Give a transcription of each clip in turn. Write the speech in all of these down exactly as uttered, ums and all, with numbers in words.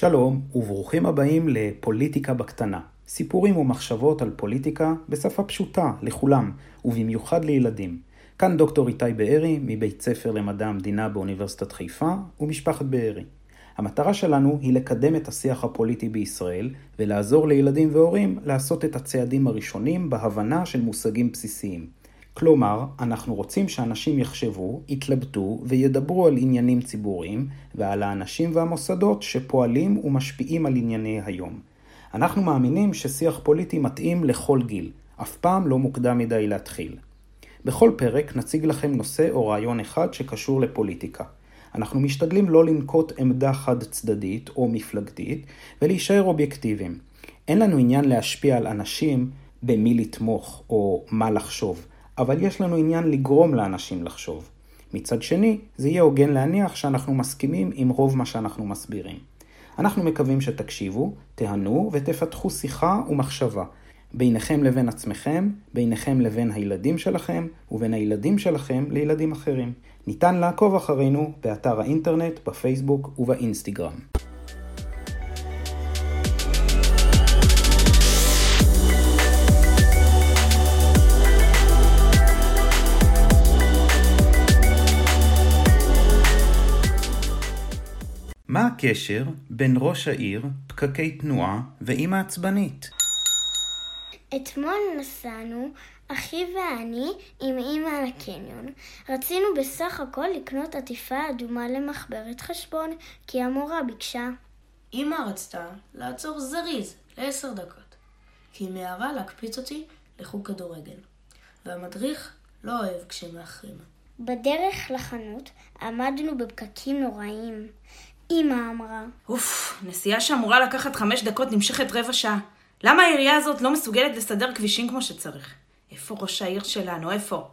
שלום וברוכים הבאים לפוליטיקה בקטנה. סיפורים ומחשבות על פוליטיקה בשפה פשוטה לכולם ובמיוחד לילדים. כאן דוקטור איתי בארי מבית ספר למדע המדינה באוניברסיטת חיפה ומשפחת בארי. המטרה שלנו היא לקדם את השיח הפוליטי בישראל ולעזור לילדים והורים לעשות את הצעדים הראשונים בהבנה של מושגים בסיסיים. כלומר, אנחנו רוצים שאנשים יחשבו, יתלבטו וידברו על עניינים ציבוריים ועל האנשים והמוסדות שפועלים ומשפיעים על ענייני היום. אנחנו מאמינים ששיח פוליטי מתאים לכל גיל, אף פעם לא מוקדם מדי להתחיל. בכל פרק נציג לכם נושא או רעיון אחד שקשור לפוליטיקה. אנחנו משתדלים לא לנקוט עמדה חד צדדית או מפלגתית ולהישאר אובייקטיביים. אין לנו עניין להשפיע על אנשים במי לתמוך או מה לחשוב. אבל יש לנו עניין לגרום לאנשים לחשוב. מצד שני, זה יהיה הוגן להניח שאנחנו מסכימים עם רוב מה שאנחנו מסבירים. אנחנו מקווים שתקשיבו, תהנו ותפתחו שיחה ומחשבה. ביניכם לבין עצמכם, ביניכם לבין הילדים שלכם, ובין הילדים שלכם לילדים אחרים. ניתן לעקוב אחרינו באתר האינטרנט, בפייסבוק ובאינסטגרם. מה הקשר בין ראש העיר, פקקי תנועה ואמא עצבנית? אתמול נסענו, אחי ואני, עם אמא על הקניון. רצינו בסך הכל לקנות עטיפה אדומה למחברת חשבון, כי המורה ביקשה. אמא רצתה לעצור זריז לעשר דקות, כי היא מהרה להקפיץ אותי לחוג כדורגל, והמדריך לא אוהב כשמאחרים. בדרך לחנות עמדנו בפקקים נוראים. אמא אמרה, אוף, נסיעה שאמורה לקחת חמש דקות נמשכת רבע שעה. למה העירייה הזאת לא מסוגלת לסדר כבישים כמו שצריך? איפה ראש העיר שלנו? איפה?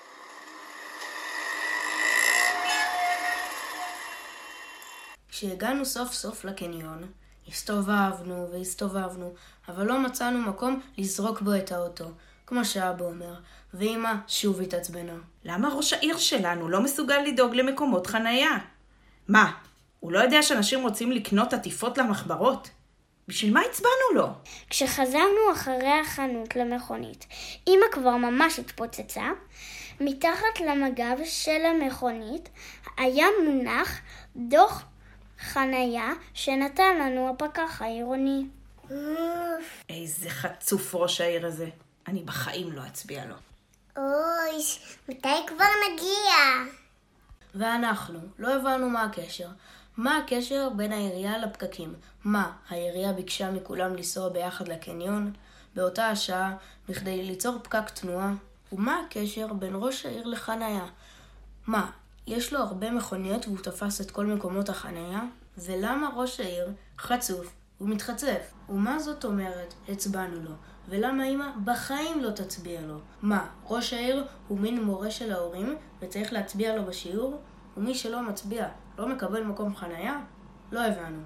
כשהגענו סוף סוף לקניון, הסתובבנו והסתובבנו, אבל לא מצאנו מקום לזרוק בו את האוטו, כמו שאבא אומר, ואמא שוב התעצבנה. למה ראש העיר שלנו לא מסוגל לדאוג למקומות חנייה? מה? הוא לא יודע שאנשים רוצים לקנות עטיפות למחברות? בשביל מה הצבענו לו? כשחזרנו אחרי החנות למכונית, אמא כבר ממש התפוצצה. מתחת למגב של המכונית היה מונח דוח חנייה שנתן לנו הפקח העירוני. איזה חצוף ראש העיר הזה. אני בחיים לא אצביע לו. אוי, מתי כבר נגיע? ואנחנו לא הבנו מה הקשר. מה הקשר בין העירייה לפקקים? מה, העירייה ביקשה מכולם לנסוע ביחד לקניון באותה השעה בכדי ליצור פקק תנועה? ומה הקשר בין ראש העיר לחנייה? מה, יש לו הרבה מכוניות והוא תפס את כל מקומות החנייה? ולמה ראש העיר חצוף ומתחצף? ומה זאת אומרת הצבענו לו? ולמה אמא בחיים לא תצביע לו? מה, ראש העיר הוא מין מורה של ההורים וצריך להצביע לו בשיעור? ומי שלא מצביע לא מקבל מקום חנייה? לא הבנו.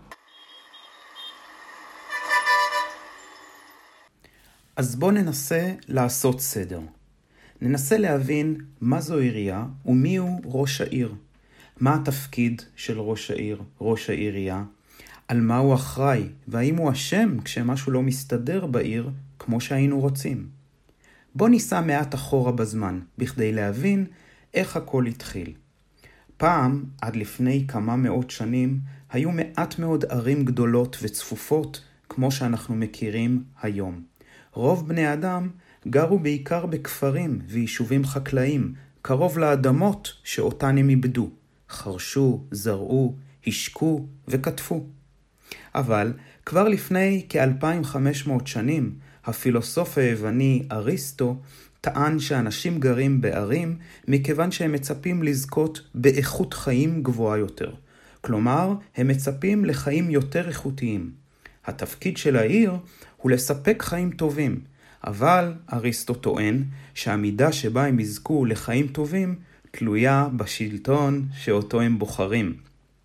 אז בואו ננסה לעשות סדר. ננסה להבין מה זו עירייה ומי הוא ראש העיר. מה התפקיד של ראש העיר, ראש העירייה? על מה הוא אחראי והאם הוא אשם כשמשהו לא מסתדר בעיר כמו שהיינו רוצים. בואו ניסע מעט אחורה בזמן בכדי להבין איך הכל התחיל. פעם, עד לפני כמה מאות שנים, היו מעט מאוד ערים גדולות וצפופות כמו שאנחנו מכירים היום. רוב בני אדם גרו בעיקר בכפרים ויישובים חקלאיים, קרוב לאדמות שאותן הם איבדו. חרשו, זרעו, השקו וכתפו. אבל כבר לפני כ-אלפיים וחמש מאות שנים, הפילוסוף היווני אריסטו טען שאנשים גרים בערים מכיוון שהם מצפים לזכות באיכות חיים גבוהה יותר. כלומר, הם מצפים לחיים יותר איכותיים. התפקיד של העיר הוא לספק חיים טובים, אבל אריסטו טוען שהמידה שבה הם יזכו לחיים טובים תלויה בשלטון שאותו הם בוחרים.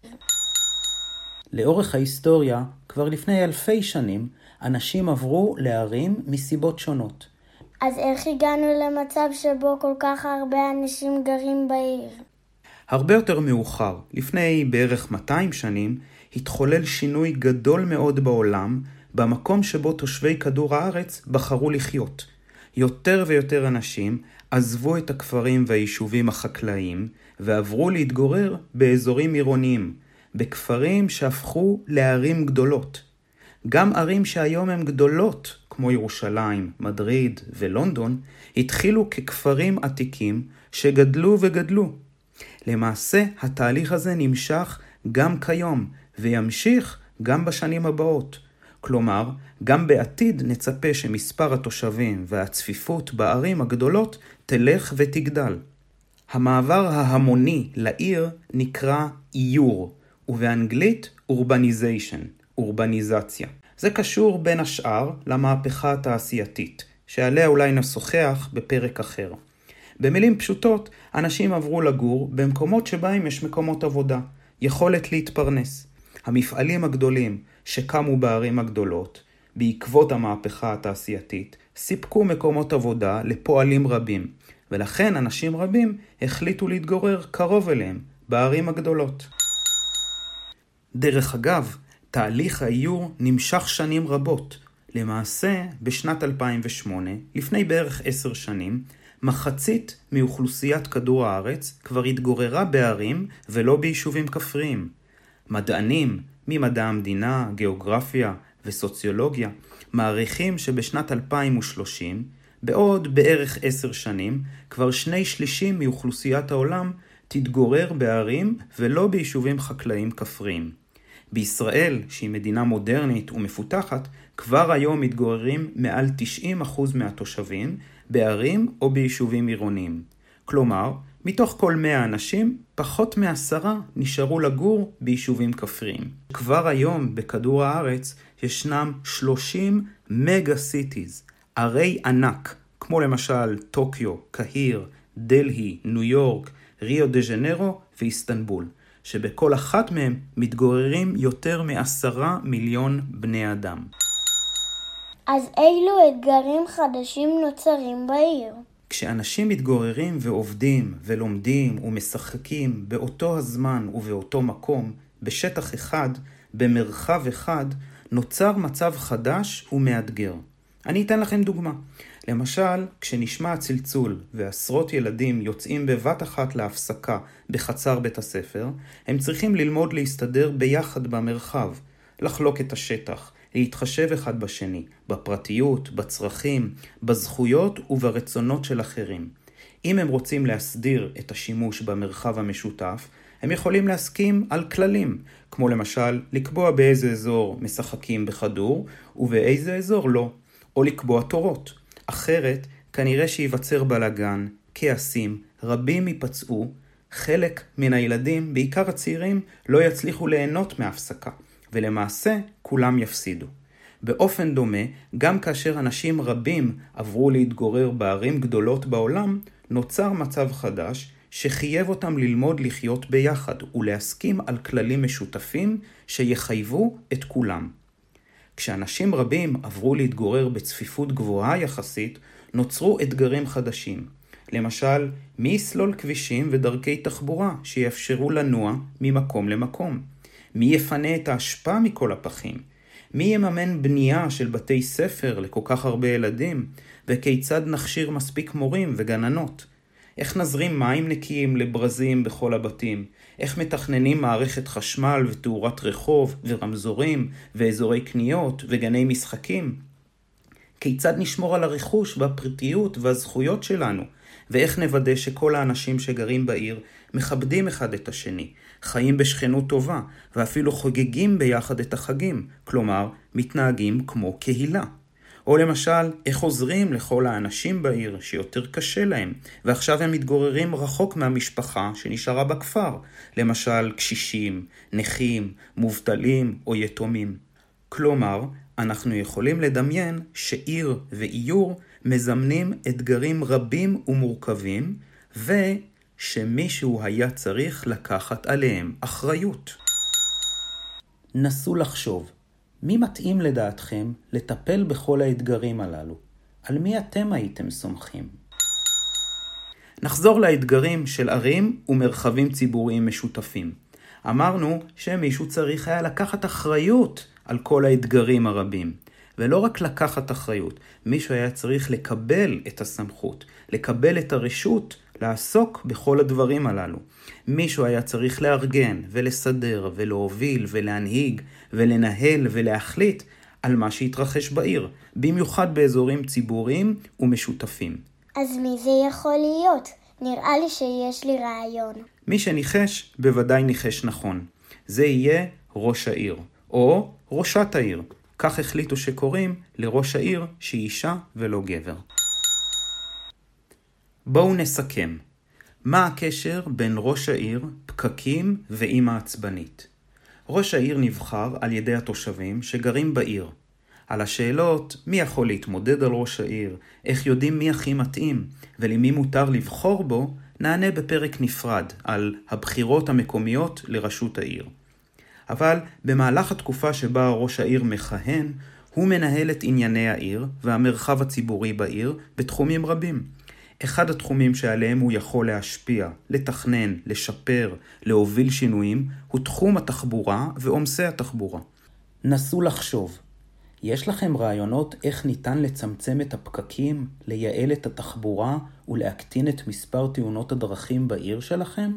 לאורך ההיסטוריה, כבר לפני אלפי שנים, אנשים עברו לערים מסיבות שונות. אז איך הגענו למצב שבו כל כך הרבה אנשים גרים בעיר? הרבה יותר מאוחר, לפני בערך מאתיים שנים, התחולל שינוי גדול מאוד בעולם, במקום שבו תושבי כדור הארץ בחרו לחיות. יותר ויותר אנשים עזבו את הכפרים והיישובים החקלאיים, ועברו להתגורר באזורים עירוניים, בכפרים שהפכו לערים גדולות. גם ערים שהיום הן גדולות, כמו ירושלים, מדריד ולונדון, התחילו ככפרים עתיקים שגדלו וגדלו. למעשה, התהליך הזה נמשך גם כיום, וימשיך גם בשנים הבאות. כלומר, גם בעתיד נצפה שמספר התושבים והצפיפות בערים הגדולות תלך ותגדל. המעבר ההמוני לעיר נקרא איור, ובאנגלית urbanization, אורבניזציה. זה קשור בין השאר למהפכה התעשייתית, שעליה אולי נשוחח בפרק אחר. במילים פשוטות, אנשים עברו לגור במקומות שבהם יש מקומות עבודה, יכולת להתפרנס. המפעלים הגדולים שקמו בערים הגדולות, בעקבות המהפכה התעשייתית, סיפקו מקומות עבודה לפועלים רבים, ולכן אנשים רבים החליטו להתגורר קרוב אליהם, בערים הגדולות. דרך אגב, תהליך האיור נמשך שנים רבות. למעשה, בשנת אלפיים ושמונה, לפני בערך עשר שנים, מחצית מאוכלוסיית כדור הארץ כבר התגוררה בערים ולא ביישובים כפריים. מדענים, ממדע המדינה, גיאוגרפיה וסוציולוגיה, מעריכים שבשנת אלפיים ושלושים, בעוד בערך עשר שנים, כבר שני שלישים מאוכלוסיית העולם תתגורר בערים ולא ביישובים חקלאיים כפריים. בישראל, שהיא מדינה מודרנית ומפותחת, כבר היום מתגוררים מעל תשעים אחוז מהתושבים בערים או ביישובים עירוניים. כלומר, מתוך כל מאה אנשים, פחות מעשרה נשארו לגור ביישובים כפריים. כבר היום בכדור הארץ ישנם שלושים מגה סיטיז, ערי ענק, כמו למשל טוקיו, קהיר, דלהי, ניו יורק, ריו דה ז'נרו ואיסטנבול, שבכל אחת מהם מתגוררים יותר מעשרה מיליון בני אדם. אז אילו אתגרים חדשים נוצרים בעיר? כשאנשים מתגוררים ועובדים ולומדים ומשחקים באותו הזמן ובאותו מקום, בשטח אחד, במרחב אחד, נוצר מצב חדש ומאתגר. אני אתן לכם דוגמה. למשל, כשנשמע הצלצול ועשרות ילדים יוצאים בבת אחת להפסקה בחצר בית הספר, הם צריכים ללמוד להסתדר ביחד במרחב, לחלוק את השטח, להתחשב אחד בשני, בפרטיות, בצרכים, בזכויות וברצונות של אחרים. אם הם רוצים להסדיר את השימוש במרחב המשותף, הם יכולים להסכים על כללים, כמו למשל לקבוע באיזה אזור משחקים בכדור ובאיזה אזור לא, או לקבוע תורות. אחרת, כנראה שיווצר בלגן, כעסים, רבים ייפצעו, חלק מן הילדים, בעיקר הצעירים, לא יצליחו ליהנות מהפסקה, ולמעשה כולם יפסידו. באופן דומה, גם כאשר אנשים רבים עברו להתגורר בערים גדולות בעולם, נוצר מצב חדש שחייב אותם ללמוד לחיות ביחד ולהסכים על כללים משותפים שיחייבו את כולם. כשאנשים רבים עברו להתגורר בצפיפות גבוהה יחסית, נוצרו אתגרים חדשים. למשל, מי יסלול כבישים ודרכי תחבורה שיאפשרו לנוע ממקום למקום? מי יפנה את ההשפעה מכל הפחים? מי יממן בנייה של בתי ספר לכל כך הרבה ילדים? וכיצד נכשיר מספיק מורים וגננות? איך נזרים מים נקיים לברזים בכל הבתים? איך מתכננים מערכת חשמל ותאורת רחוב ורמזורים ואזורי קניות וגני משחקים? כיצד נשמור על הרכוש והפרטיות והזכויות שלנו? ואיך נוודא שכל האנשים שגרים בעיר מכבדים אחד את השני, חיים בשכנות טובה ואפילו חוגגים ביחד את החגים, כלומר מתנהגים כמו קהילה? או למשל, איך עוזרים לכל האנשים בעיר שיותר קשה להם, ועכשיו הם מתגוררים רחוק מהמשפחה שנשארה בכפר, למשל קשישים, נכים, מובטלים או יתומים. כלומר, אנחנו יכולים לדמיין שעיר ואיור מזמנים אתגרים רבים ומורכבים, ושמישהו היה צריך לקחת עליהם אחריות. נסו לחשוב. מי מתאים לדעתכם לטפל בכל האתגרים הללו? על מי אתם הייתם סומכים? נחזור לאתגרים של ערים ומרחבים ציבוריים משותפים. אמרנו שמישהו צריך היה לקחת אחריות על כל האתגרים הרבים. ולא רק לקחת אחריות, מישהו היה צריך לקבל את הסמכות, לקבל את הרשות לעסוק בכל הדברים הללו. מישהו היה צריך לארגן ולסדר ולהוביל ולהנהיג ולנהל ולהחליט על מה שהתרחש בעיר, במיוחד באזורים ציבוריים ומשותפים. אז מי זה יכול להיות? נראה לי שיש לי רעיון. מי שניחש בוודאי ניחש נכון. זה יהיה ראש העיר, או ראשת העיר. כך החליטו שקוראים לראש העיר שהיא אישה ולא גבר. בואו נסכם. מה הקשר בין ראש העיר, פקקים ואמא עצבנית? ראש העיר נבחר על ידי התושבים שגרים בעיר. על השאלות מי יכול להתמודד על ראש העיר, איך יודעים מי הכי מתאים ולמי מותר לבחור בו, נענה בפרק נפרד על הבחירות המקומיות לראשות העיר. אבל במהלך התקופה שבה ראש העיר מכהן, הוא מנהל את ענייני העיר והמרחב הציבורי בעיר בתחומים רבים. אחד התחומים שעליהם הוא יכול להשפיע, לתכנן, לשפר, להוביל שינויים, הוא תחום התחבורה ועומסי התחבורה. נסו לחשוב. יש לכם רעיונות איך ניתן לצמצם את הפקקים, לייעל את התחבורה ולהקטין את מספר תאונות הדרכים בעיר שלכם?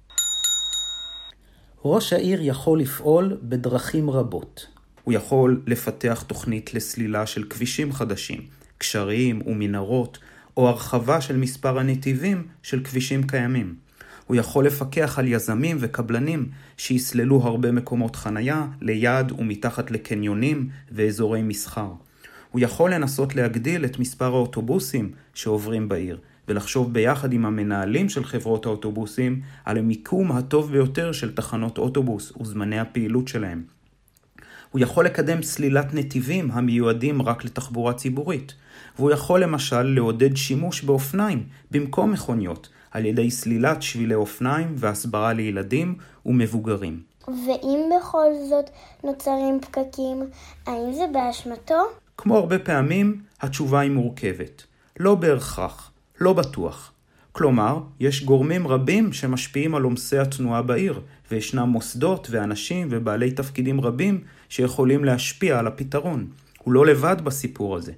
ראש העיר יכול לפעול בדרכים רבות. הוא יכול לפתח תוכנית לסלילה של כבישים חדשים, קשרים ומנהרות, או הרחבה של מספר הנתיבים של כבישים קיימים. הוא יכול לפקח על יזמים וקבלנים שיסללו הרבה מקומות חנייה ליד ומתחת לקניונים ואזורי מסחר. הוא יכול לנסות להגדיל את מספר האוטובוסים שעוברים בעיר, ולחשוב ביחד עם המנהלים של חברות האוטובוסים על המיקום הטוב ביותר של תחנות אוטובוס וזמני הפעילות שלהם. הוא יכול לקדם סלילת נתיבים המיועדים רק לתחבורה ציבורית, והוא יכול למשל לעודד שימוש באופניים במקום מכוניות, על ידי סלילת שבילי אופניים והסברה לילדים ומבוגרים. ואם בכל זאת נוצרים פקקים, האם זה באשמתו? כמו הרבה פעמים, התשובה היא מורכבת. לא בהכרח, לא בטוח. כלומר, יש גורמים רבים שמשפיעים על עומסי התנועה בעיר, וישנם מוסדות ואנשים ובעלי תפקידים רבים שיכולים להשפיע על הפתרון. הוא לא לבד בסיפור הזה.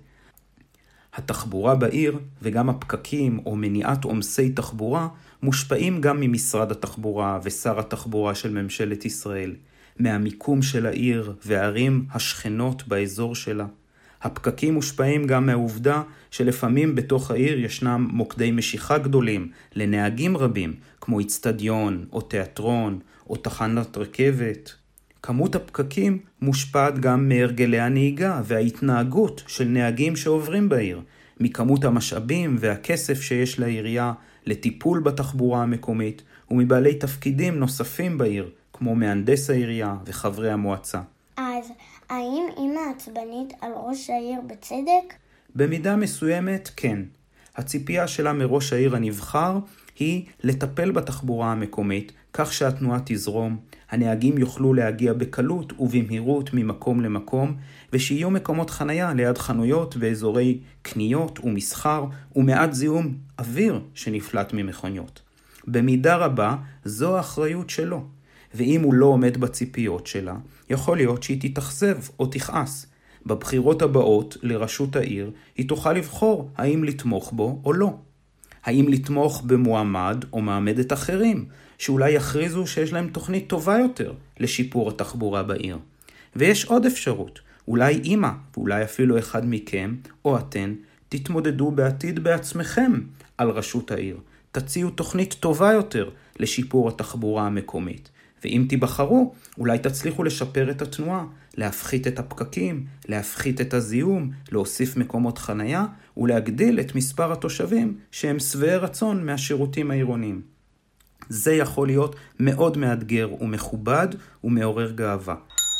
התחבורה בעיר וגם הפקקים או מניעת עומסי תחבורה מושפעים גם ממשרד התחבורה ושר התחבורה של ממשלת ישראל, מהמיקום של העיר והערים השכנות באזור שלה. הפקקים מושפעים גם מהעובדה שלפעמים בתוך העיר ישנם מוקדי משיכה גדולים לנהגים רבים, כמו אצטדיון או תיאטרון או תחנת רכבת. כמות הפקקים מושפעת גם מהרגלי הנהיגה וההתנהגות של נהגים שעוברים בעיר, מכמות המשאבים והכסף שיש לעירייה לטיפול בתחבורה המקומית, ומבעלי תפקידים נוספים בעיר, כמו מהנדס העירייה וחברי המועצה. אז האם אמא עצבנית על ראש העיר בצדק? במידה מסוימת כן. הציפייה שלה מראש העיר הנבחר היא לטפל בתחבורה המקומית כך שהתנועה תזרום, הנהגים יוכלו להגיע בקלות ובמהירות ממקום למקום, ושיהיו מקומות חנייה ליד חנויות ואזורי קניות ומסחר ומעט זיהום אוויר שנפלט ממכוניות. במידה רבה זו האחריות שלו, ואם הוא לא עומד בציפיות שלה, יכול להיות שהיא תתאכזב או תכעס. בבחירות הבאות לראשות העיר היא תוכל לבחור האם לתמוך בו או לא. האם לתמוך במועמד או מעמדת אחרים, שאולי יכריזו שיש להם תוכנית טובה יותר לשיפור התחבורה בעיר. ויש עוד אפשרות, אולי אמא, ואולי אפילו אחד מכם או אתן, תתמודדו בעתיד בעצמכם על ראשות העיר. תציעו תוכנית טובה יותר לשיפור התחבורה המקומית. ואם תיבחרו, אולי תצליחו לשפר את התנועה, להפחית את הפקקים, להפחית את הזיהום, להוסיף מקומות חנייה, ולהגדיל את מספר התושבים שהם שבעי רצון מהשירותים העירוניים. זה יכול להיות מאוד מאתגר ומכובד ומעורר גאווה.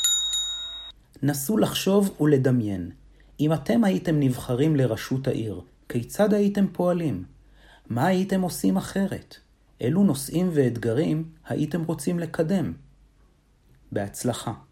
נסו לחשוב ולדמיין. אם אתם הייתם נבחרים לראשות העיר, כיצד הייתם פועלים? מה הייתם עושים אחרת? אילו נושאים ואתגרים הייתם רוצים לקדם? בהצלחה.